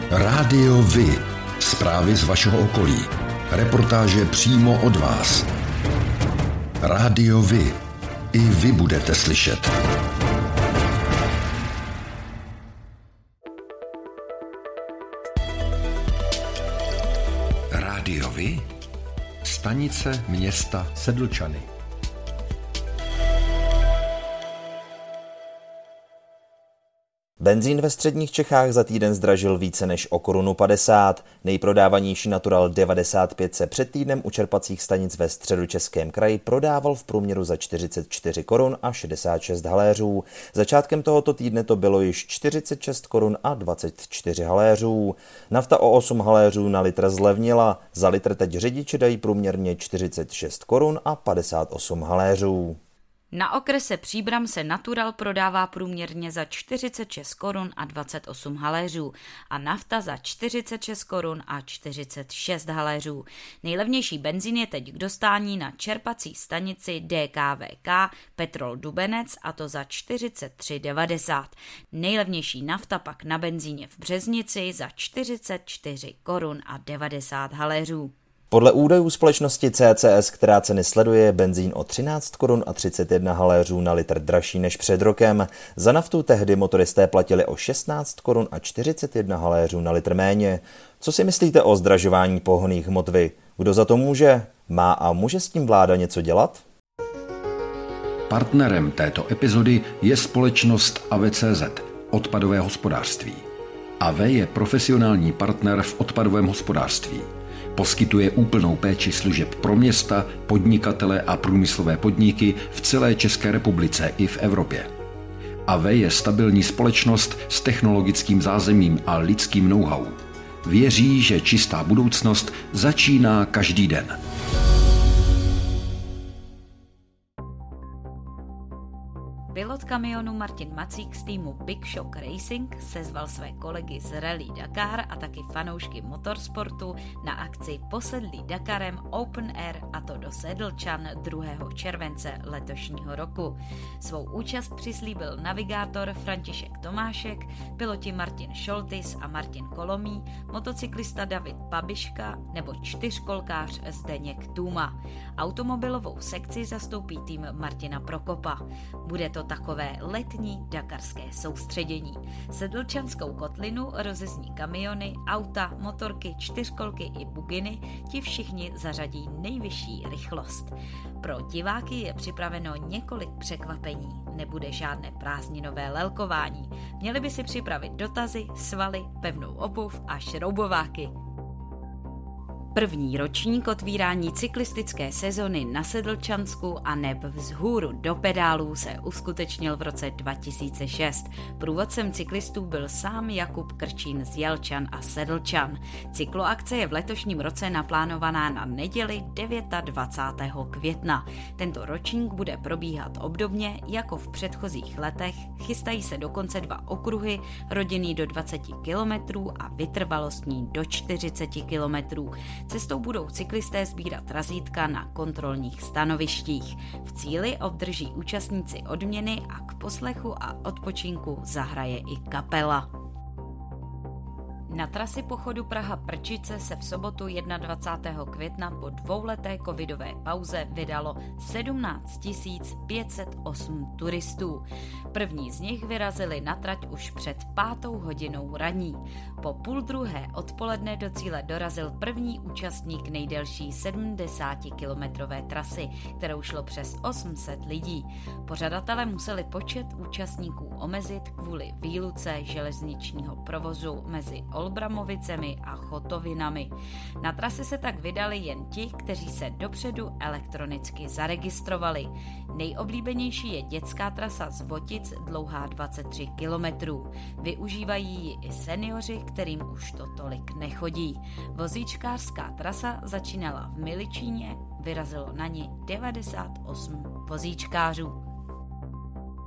Rádio Vy. Zprávy z vašeho okolí. Reportáže přímo od vás. Rádio Vy. I vy budete slyšet. Rádio Vy. Stanice města Sedlčany. Benzín ve středních Čechách za týden zdražil více než o 1,50 Kč. Nejprodávanější Natural 95 se před týdnem u čerpacích stanic ve Středočeském kraji prodával v průměru za 44 korun a 66 haléřů. Začátkem tohoto týdne to bylo již 46 korun a 24 haléřů. Nafta o 8 haléřů na litr zlevnila. Za litr teď řidiči dají průměrně 46 korun a 58 haléřů. Na okrese Příbram se Natural prodává průměrně za 46 korun a 28 haléřů a nafta za 46 korun a 46 haléřů. Nejlevnější benzín je teď k dostání na čerpací stanici DKVK Petrol Dubenec, a to za 43,90. Nejlevnější nafta pak na benzíně v Březnici za 44 korun a 90 haléřů. Podle údajů společnosti CCS, která ceny sleduje, je benzín o 13 korun a 31 haléřů na litr dražší než před rokem. Za naftu tehdy motoristé platili o 16 korun a 41 haléřů na litr méně. Co si myslíte o zdražování pohonných hmot vy? Kdo za to může? Má a může s tím vláda něco dělat? Partnerem této epizody je společnost AVCZ, odpadové hospodářství. AV je profesionální partner v odpadovém hospodářství. Poskytuje úplnou péči služeb pro města, podnikatele a průmyslové podniky v celé České republice i v Evropě. AV je stabilní společnost s technologickým zázemím a lidským know-how. Věří, že čistá budoucnost začíná každý den. Pilot kamionu Martin Macík z týmu Big Shock Racing sezval své kolegy z Rally Dakar a taky fanoušky motorsportu na akci Posedlí Dakarem Open Air, a to do Sedlčan 2. července letošního roku. Svou účast přislíbil navigátor František Tomášek, piloti Martin Šoltis a Martin Kolomý, motocyklista David Pabiška nebo čtyřkolkář Zdeněk Tůma. Automobilovou sekci zastoupí tým Martina Prokopa. Bude to takové letní dakarské soustředění. Sedlčanskou kotlinu rozezní kamiony, auta, motorky, čtyřkolky i buginy, ti všichni zařadí nejvyšší rychlost. Pro diváky je připraveno několik překvapení. Nebude žádné prázdninové lelkování. Měli by si připravit dotazy, svaly, pevnou obuv a šroubováky. První ročník otvírání cyklistické sezony na Sedlčansku a neb vzhůru do pedálů se uskutečnil v roce 2006. Průvodcem cyklistů byl sám Jakub Krčín z Jelčan a Sedlčan. Cykloakce je v letošním roce naplánovaná na neděli 29. května. Tento ročník bude probíhat obdobně jako v předchozích letech. Chystají se dokonce 2 okruhy, rodinný do 20 km a vytrvalostní do 40 km. Cestou budou cyklisté sbírat razítka na kontrolních stanovištích. V cíli obdrží účastníci odměny a k poslechu a odpočinku zahraje i kapela. Na trasy pochodu Praha-Prčice se v sobotu 21. května po 2leté covidové pauze vydalo 17 508 turistů. První z nich vyrazili na trať už před 5. hodinou raní. Po 12:30 odpoledne do cíle dorazil první účastník nejdelší 70-kilometrové trasy, kterou šlo přes 800 lidí. Pořadatelé museli počet účastníků omezit kvůli výluce železničního provozu mezi Olbramovicemi a Chotovinami. Na trasy se tak vydali jen ti, kteří se dopředu elektronicky zaregistrovali. Nejoblíbenější je dětská trasa z Votic, dlouhá 23 kilometrů. Využívají ji i seniori, kterým už to tolik nechodí. Vozíčkářská trasa začínala v Miličíně, vyrazilo na ní 98 vozíčkářů.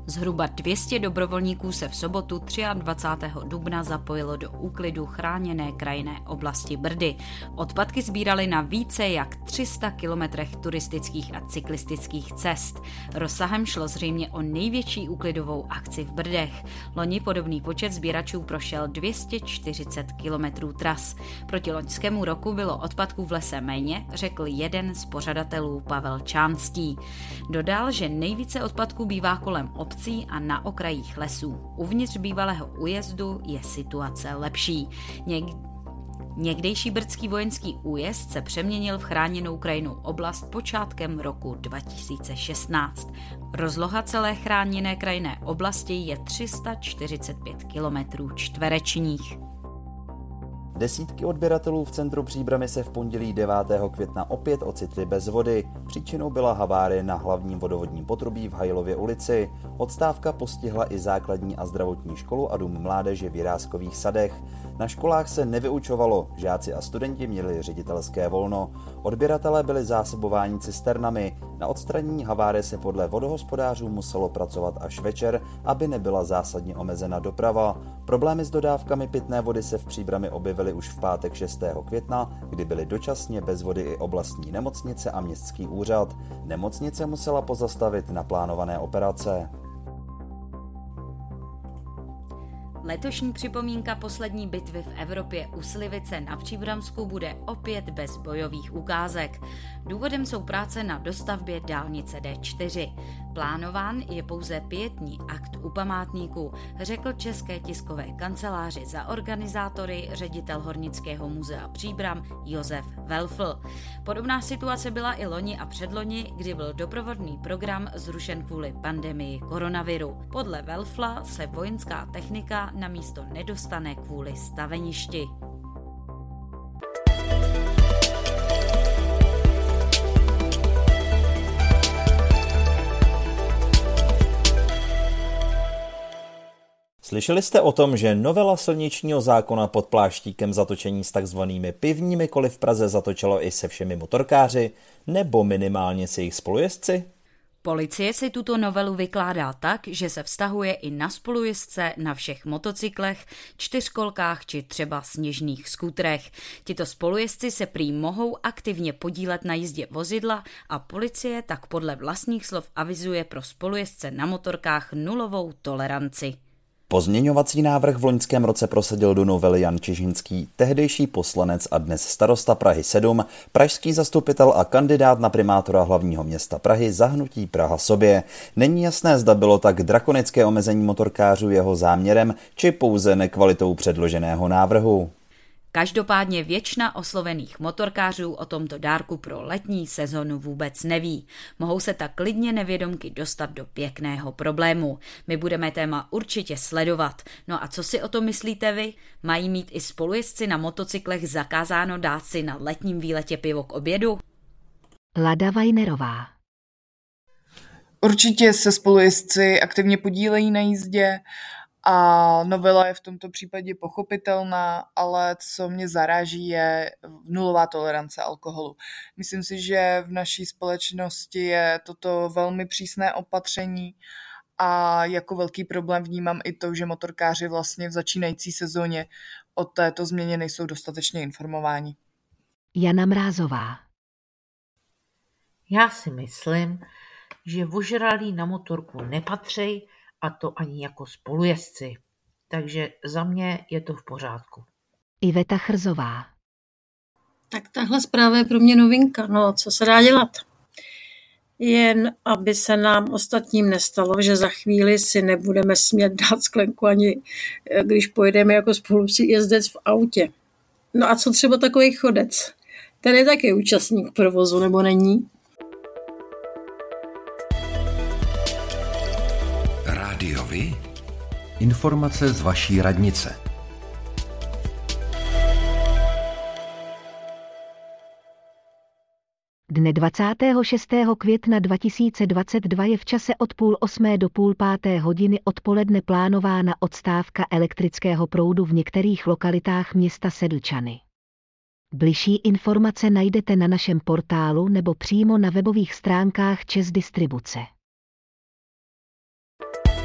Zhruba 200 dobrovolníků se v sobotu 23. dubna zapojilo do úklidu chráněné krajinné oblasti Brdy. Odpadky sbírali na více jak 300 kilometrech turistických a cyklistických cest. Rozsahem šlo zřejmě o největší úklidovou akci v Brdech. Loni podobný počet sběračů prošel 240 kilometrů tras. Proti loňskému roku bylo odpadků v lese méně, řekl jeden z pořadatelů Pavel Čánský. Dodal, že nejvíce odpadků bývá kolem obcí a na okrajích lesů. Uvnitř bývalého újezdu je situace lepší. Někdejší brdský vojenský újezd se přeměnil v chráněnou krajinnou oblast počátkem roku 2016. Rozloha celé chráněné krajinné oblasti je 345 kilometrů čtverečních. Desítky odběratelů v centru Příbrami se v pondělí 9. května opět ocitli bez vody. Příčinou byla havárie na hlavním vodovodním potrubí v Hajlově ulici. Odstávka postihla i základní a zdravotní školu a dům mládeže v Jiráskových sadech. Na školách se nevyučovalo, žáci a studenti měli ředitelské volno. Odběratelé byli zásobováni cisternami. Na odstranění havárie se podle vodohospodářů muselo pracovat až večer, aby nebyla zásadně omezena doprava. Problémy s dodávkami pitné vody se v Příbrami objevily už v pátek 6. května, kdy byly dočasně bez vody i oblastní nemocnice a městský úřad. Nemocnice musela pozastavit naplánované operace. Letošní připomínka poslední bitvy v Evropě u Slivice na Příbramsku bude opět bez bojových ukázek. Důvodem jsou práce na dostavbě dálnice D4. Plánován je pouze pietní akt u památníku, řekl České tiskové kanceláři za organizátory ředitel Hornického muzea Příbram Josef Welfl. Podobná situace byla i loni a předloni, kdy byl doprovodný program zrušen kvůli pandemii koronaviru. Podle Welfla se vojenská technika na místo nedostane kvůli staveništi. Slyšeli jste o tom, že novela silničního zákona pod pláštíkem zatočení s takzvanými pivními koly v Praze zatočilo i se všemi motorkáři, nebo minimálně s jejich spolujezdci? Policie si tuto novelu vykládá tak, že se vztahuje i na spolujezdce na všech motocyklech, čtyřkolkách či třeba sněžných skútrech. Tito spolujezdci se prý mohou aktivně podílet na jízdě vozidla a policie tak podle vlastních slov avizuje pro spolujezdce na motorkách nulovou toleranci. Pozměňovací návrh v loňském roce prosadil do novely Jan Čižinský, tehdejší poslanec a dnes starosta Prahy 7, pražský zastupitel a kandidát na primátora hlavního města Prahy za hnutí Praha sobě. Není jasné, zda bylo tak drakonické omezení motorkářů jeho záměrem, či pouze nekvalitou předloženého návrhu. Každopádně většina oslovených motorkářů o tomto dárku pro letní sezonu vůbec neví. Mohou se tak klidně nevědomky dostat do pěkného problému. My budeme téma určitě sledovat. No a co si o tom myslíte vy? Mají mít i spolujezdci na motocyklech zakázáno dát si na letním výletě pivo k obědu? Lada Vajnerová. Určitě se spolujezdci aktivně podílejí na jízdě a novela je v tomto případě pochopitelná, ale co mě zaráží je nulová tolerance alkoholu. Myslím si, že v naší společnosti je toto velmi přísné opatření a jako velký problém vnímám i to, že motorkáři vlastně v začínající sezóně o této změně nejsou dostatečně informováni. Jana Mrázová. Já si myslím, že ožralí na motorku nepatří, a to ani jako spolujezdci. Takže za mě je to v pořádku. Iveta Chrzová. Tak tahle zpráva je pro mě novinka. No, co se dá dělat? Jen aby se nám ostatním nestalo, že za chvíli si nebudeme smět dát sklenku ani když pojedeme jako spolujezdec v autě. No a co třeba takový chodec? Ten je taky účastník provozu, nebo není? Rádiovi? Informace z vaší radnice. Dne 26. května 2022 je v čase od 7:30 do 17:30 odpoledne plánována odstávka elektrického proudu v některých lokalitách města Sedlčany. Bližší informace najdete na našem portálu nebo přímo na webových stránkách ČEZ Distribuce.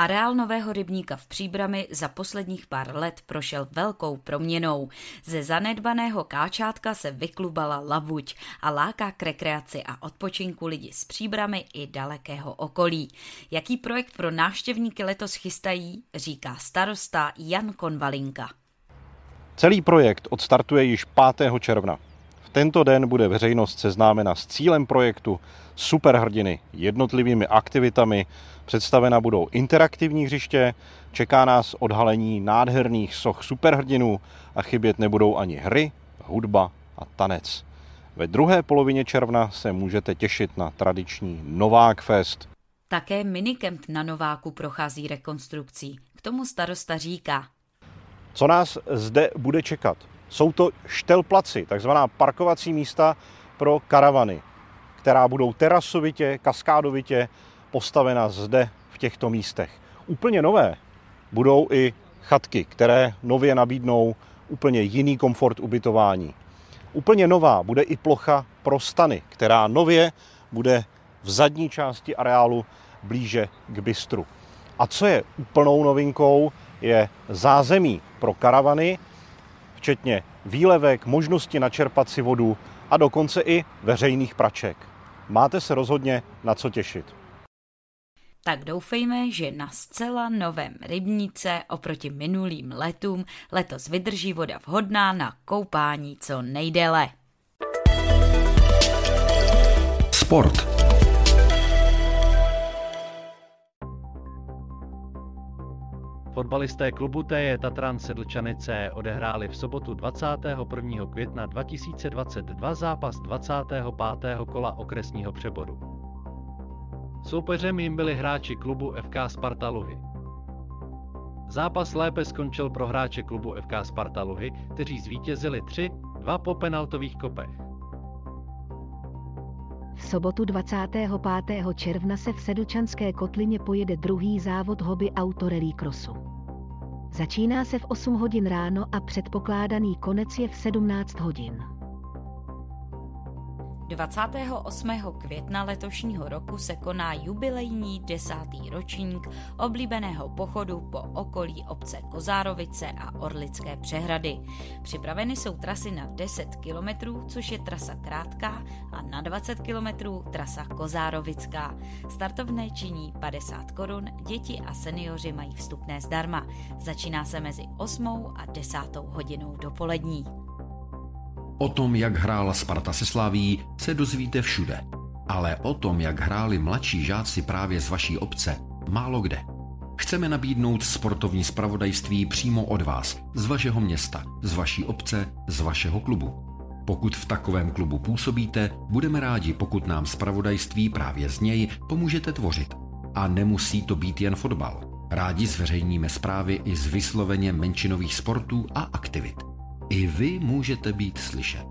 Areál nového rybníka v Příbrami za posledních pár let prošel velkou proměnou. Ze zanedbaného káčátka se vyklubala labuť a láká k rekreaci a odpočinku lidi z Příbrami i dalekého okolí. Jaký projekt pro návštěvníky letos chystají, říká starosta Jan Konvalinka. Celý projekt odstartuje již 5. června. V tento den bude veřejnost seznámena s cílem projektu, superhrdiny, jednotlivými aktivitami, představena budou interaktivní hřiště, čeká nás odhalení nádherných soch superhrdinů a chybět nebudou ani hry, hudba a tanec. Ve druhé polovině června se můžete těšit na tradiční Novák Fest. Také minikemp na Nováku prochází rekonstrukcí. K tomu starosta říká: Co nás zde bude čekat? Jsou to štelplaci, takzvaná parkovací místa pro karavany, která budou terasovitě, kaskádovitě postavena zde v těchto místech. Úplně nové budou i chatky, které nově nabídnou úplně jiný komfort ubytování. Úplně nová bude i plocha pro stany, která nově bude v zadní části areálu blíže k bistru. A co je úplnou novinkou, je zázemí pro karavany, včetně výlevek, možnosti načerpat si vodu a dokonce i veřejných praček. Máte se rozhodně na co těšit. Tak doufejme, že na zcela novém rybníce oproti minulým letům letos vydrží voda vhodná na koupání co nejdéle. Sport. Fotbalisté klubu TJ Tatran Sedlčanice odehráli v sobotu 21. května 2022 zápas 25. kola okresního přeboru. Soupeřem jim byli hráči klubu FK Sparta Luhy. Zápas lépe skončil pro hráče klubu FK Sparta Luhy, kteří zvítězili 3-2 po penaltových kopech. V sobotu 25. června se v Sedlčanské kotlině pojede druhý závod hobby auto rally crossu. Začíná se v 8 hodin ráno a předpokládaný konec je v 17 hodin. 28. května letošního roku se koná jubilejní 10. ročník oblíbeného pochodu po okolí obce Kozárovice a Orlické přehrady. Připraveny jsou trasy na 10 km, což je trasa krátká, a na 20 km trasa Kozárovická. Startovné činí 50 korun, děti a seniori mají vstupné zdarma. Začíná se mezi 8. a 10. hodinou dopolední. O tom, jak hrála Sparta se Slavií, se dozvíte všude. Ale o tom, jak hráli mladší žáci právě z vaší obce, málo kde. Chceme nabídnout sportovní zpravodajství přímo od vás, z vašeho města, z vaší obce, z vašeho klubu. Pokud v takovém klubu působíte, budeme rádi, pokud nám zpravodajství právě z něj pomůžete tvořit. A nemusí to být jen fotbal. Rádi zveřejníme zprávy i z vysloveně menšinových sportů a aktivit. I vy můžete být slyšet.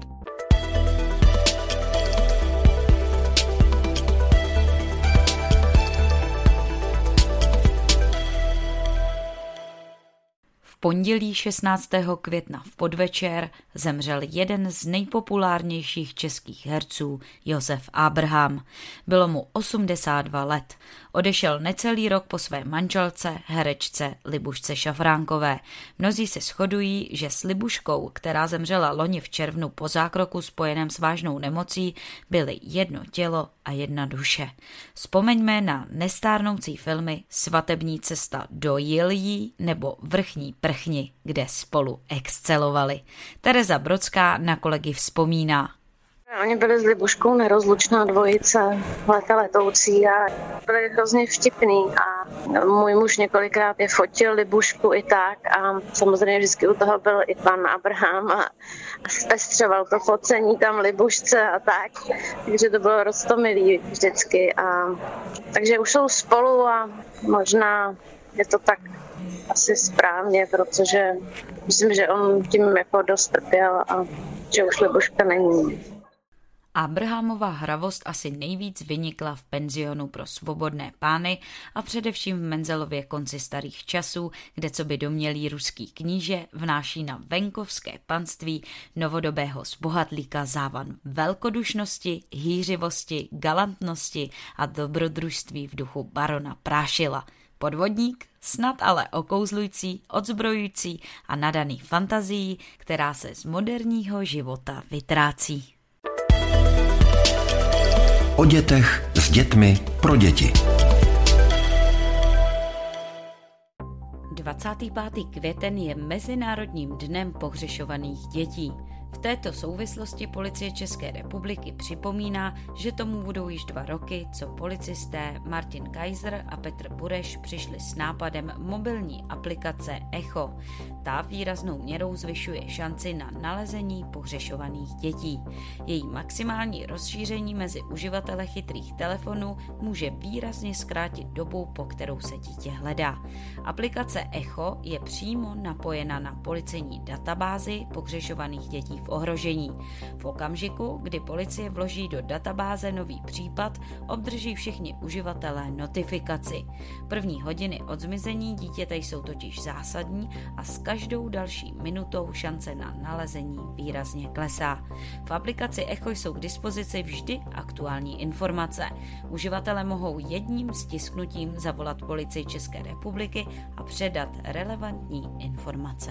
V pondělí 16. května v podvečer zemřel jeden z nejpopulárnějších českých herců, Josef Abraham. Bylo mu 82 let. Odešel necelý rok po své manželce, herečce Libušce Šafránkové. Mnozí se shodují, že s Libuškou, která zemřela loni v červnu po zákroku spojeném s vážnou nemocí, byly jedno tělo a jedna duše. Vzpomeňme na nestárnoucí filmy Svatební cesta do Jiljí nebo Vrchní prchni, kde spolu excelovali. Tereza Brodská na kolegy vzpomíná. Oni byli s Libuškou nerozlučná dvojice, léta letoucí, a byli hrozně vtipný a můj muž několikrát je fotil Libušku i tak a samozřejmě vždycky u toho byl i pan Abraham a zpestřoval to focení tam Libušce a tak, takže to bylo roztomilý vždycky, a takže už jsou spolu a možná je to tak asi správně, protože myslím, že on tím jako dost trpěl a že už Libuška není. Abrahamova hravost asi nejvíc vynikla v penzionu pro svobodné pány a především v Menzelově konci starých časů, kde co by domělý ruský kníže vnáší na venkovské panství novodobého zbohatlíka závan velkodušnosti, hýřivosti, galantnosti a dobrodružství v duchu barona Prášila. podvodník, snad ale okouzlující, odzbrojující a nadaný fantazií, která se z moderního života vytrácí. O dětech, s dětmi, pro děti. 25. květen je Mezinárodním dnem pohřešovaných dětí. V této souvislosti Policie České republiky připomíná, že tomu budou již 2 roky, co policisté Martin Kaiser a Petr Bureš přišli s nápadem mobilní aplikace Echo. Ta výraznou měrou zvyšuje šanci na nalezení pohřešovaných dětí. Její maximální rozšíření mezi uživatele chytrých telefonů může výrazně zkrátit dobu, po kterou se dítě hledá. Aplikace Echo je přímo napojena na policejní databázi pohřešovaných dětí v ohrožení. V okamžiku, kdy policie vloží do databáze nový případ, obdrží všichni uživatelé notifikaci. První hodiny od zmizení dítěte jsou totiž zásadní a s každou další minutou šance na nalezení výrazně klesá. V aplikaci Echo jsou k dispozici vždy aktuální informace. Uživatelé mohou jedním stisknutím zavolat Policii České republiky a předat relevantní informace.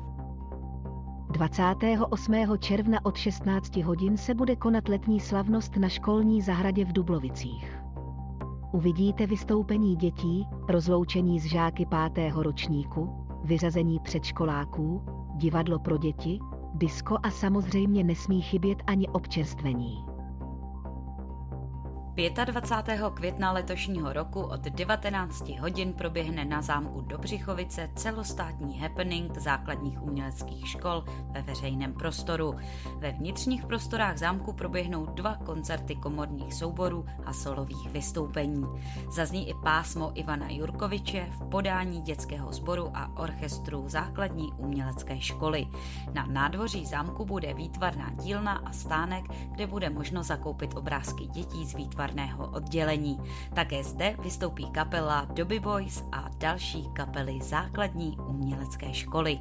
28. června od 16 hodin se bude konat letní slavnost na školní zahradě v Dublovicích. Uvidíte vystoupení dětí, rozloučení s žáky 5. ročníku, vyřazení předškoláků, divadlo pro děti, disko a samozřejmě nesmí chybět ani občerstvení. 25. května letošního roku od 19 hodin proběhne na zámku Dobřichovice celostátní happening základních uměleckých škol ve veřejném prostoru. Ve vnitřních prostorách zámku proběhnou 2 koncerty komorních souborů a solových vystoupení. Zazní i pásmo Ivana Jurkoviče v podání dětského sboru a orchestru základní umělecké školy. Na nádvoří zámku bude výtvarná dílna a stánek, kde bude možno zakoupit obrázky dětí z výtvarného oddělení. Také zde vystoupí kapela Dobby Boys a další kapely základní umělecké školy.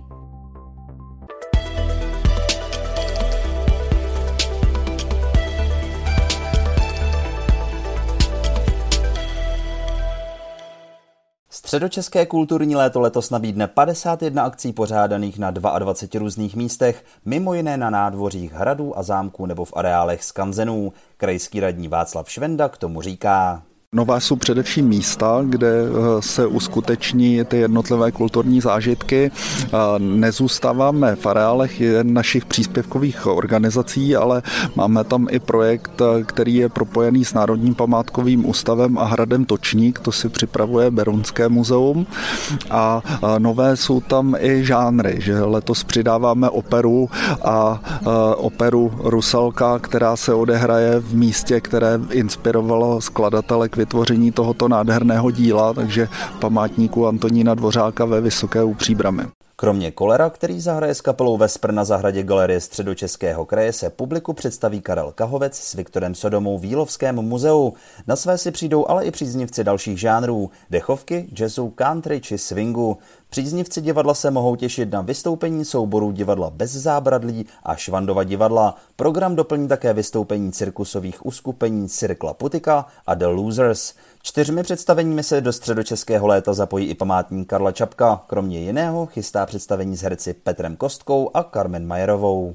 Středočeské kulturní léto letos nabídne 51 akcí pořádaných na 22 různých místech, mimo jiné na nádvořích hradů a zámků nebo v areálech skanzenů. Krajský radní Václav Švenda k tomu říká: Nové jsou především místa, kde se uskuteční ty jednotlivé kulturní zážitky. Nezůstáváme v areálech našich příspěvkových organizací, ale máme tam i projekt, který je propojený s Národním památkovým ústavem a hradem Točník, to si připravuje Berounské muzeum. A nové jsou tam i žánry, že letos přidáváme operu a operu Rusalka, která se odehraje v místě, které inspirovalo skladatele k vytvoření tohoto nádherného díla, takže památníku Antonína Dvořáka ve Vysoké u Příbrami. Kromě Kolera, který zahraje s kapelou Vespr na zahradě Galerie Středočeského kraje, se publiku představí Karel Kahovec s Viktorem Sodomou v Jílovském muzeu. Na své si přijdou ale i příznivci dalších žánrů, dechovky, jazzu, country či swingu. Příznivci divadla se mohou těšit na vystoupení souborů divadla Bez zábradlí a Švandova divadla. Program doplní také vystoupení cirkusových uskupení Cirkla Putika a The Losers. 4 představeními se do středočeského léta zapojí i památník Karla Čapka. Kromě jiného chystá představení s herci Petrem Kostkou a Carmen Majerovou.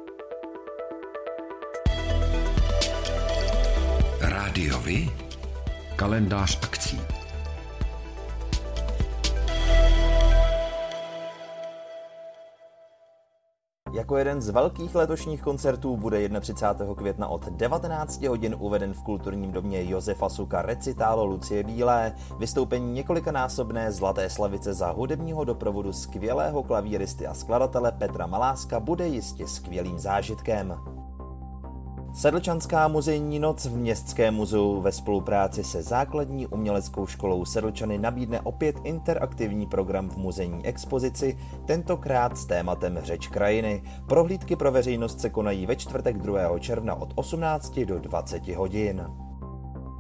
Rádiovi kalendář akcí. Jako jeden z velkých letošních koncertů bude 31. května od 19 hodin uveden v kulturním domě Josefa Suka recitálo Lucie Bílé, vystoupení několikanásobné Zlaté slavice za hudebního doprovodu skvělého klavíristy a skladatele Petra Maláska bude jistě skvělým zážitkem. Sedlčanská muzejní noc v Městském muzeu ve spolupráci se základní uměleckou školou Sedlčany nabídne opět interaktivní program v muzejní expozici, tentokrát s tématem Řeč krajiny. Prohlídky pro veřejnost se konají ve čtvrtek 2. června od 18 do 20 hodin.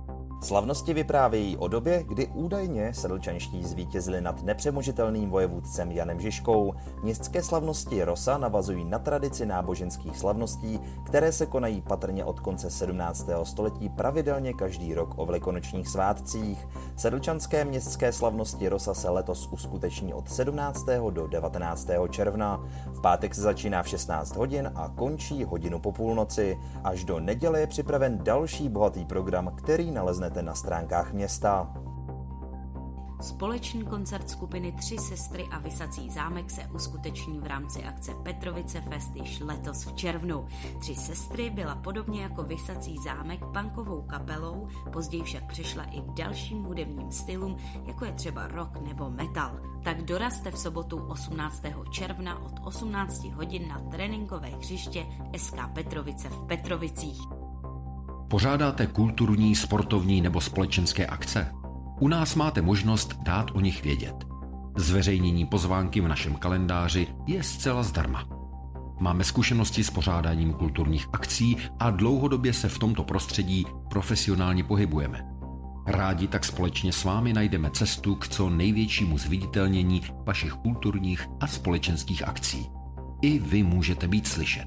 Slavnosti vyprávějí o době, kdy údajně sedlčanští zvítězili nad nepřemožitelným vojevůdcem Janem Žižkou. Městské slavnosti Rosa navazují na tradici náboženských slavností, které se konají patrně od konce 17. století pravidelně každý rok o velikonočních svátcích. Sedlčanské městské slavnosti Rosa se letos uskuteční od 17. do 19. června. V pátek se začíná v 16 hodin a končí hodinu po půlnoci. Až do neděle je připraven další bohatý program, který naleznete na stránkách města. Společný koncert skupiny Tři sestry a Visací zámek se uskuteční v rámci akce Petrovice Fest již letos v červnu. Tři sestry byla podobně jako Visací zámek punkovou kapelou, později však přešla i k dalším hudebním stylům, jako je třeba rock nebo metal. Tak dorazte v sobotu 18. června od 18 hodin na tréninkové hřiště SK Petrovice v Petrovicích. Pořádáte kulturní, sportovní nebo společenské akce? U nás máte možnost dát o nich vědět. Zveřejnění pozvánky v našem kalendáři je zcela zdarma. Máme zkušenosti s pořádáním kulturních akcí a dlouhodobě se v tomto prostředí profesionálně pohybujeme. Rádi tak společně s vámi najdeme cestu k co největšímu zviditelnění vašich kulturních a společenských akcí. I vy můžete být slyšet.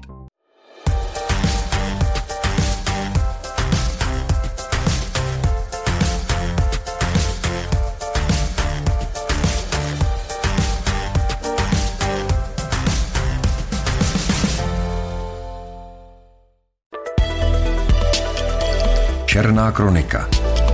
Černá kronika.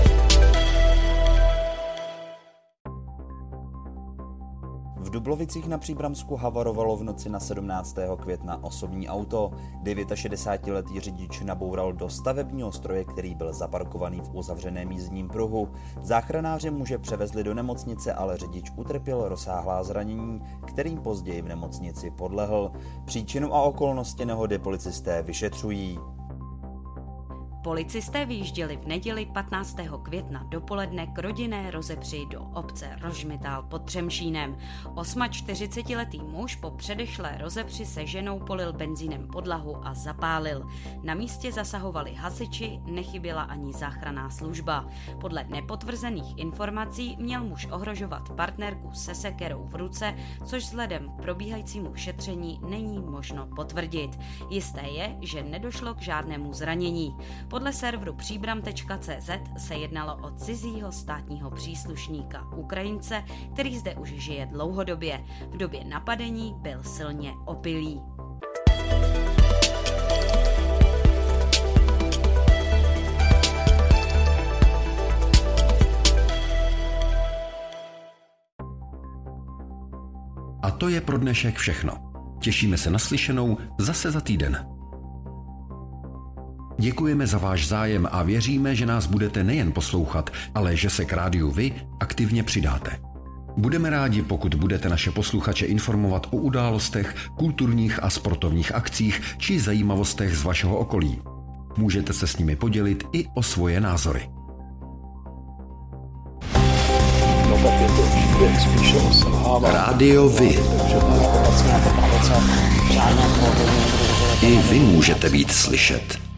V Dublovicích na Příbramsku havarovalo v noci na 17. května osobní auto. 69letý řidič naboural do stavebního stroje, který byl zaparkovaný v uzavřeném jízdním pruhu. Záchranáři muže převezli do nemocnice, ale řidič utrpěl rozsáhlá zranění, kterým později v nemocnici podlehl. Příčinu a okolnosti nehody policisté vyšetřují. Policisté vyjížděli v neděli 15. května dopoledne k rodinné rozepři do obce Rožmitál pod Třemšínem. 48letý muž po předešlé rozepři se ženou polil benzínem podlahu a zapálil. Na místě zasahovali hasiči, nechyběla ani záchranná služba. Podle nepotvrzených informací měl muž ohrožovat partnerku se sekerou v ruce, což vzhledem k probíhajícímu šetření není možno potvrdit. Jisté je, že nedošlo k žádnému zranění. Podle serveru příbram.cz se jednalo o cizího státního příslušníka Ukrajince, který zde už žije dlouhodobě. V době napadení byl silně opilý. A to je pro dnešek všechno. Těšíme se na slyšenou zase za týden. Děkujeme za váš zájem a věříme, že nás budete nejen poslouchat, ale že se k rádiu vy aktivně přidáte. Budeme rádi, pokud budete naše posluchače informovat o událostech, kulturních a sportovních akcích či zajímavostech z vašeho okolí. Můžete se s nimi podělit i o svoje názory. Rádio Vy. I vy můžete být slyšet.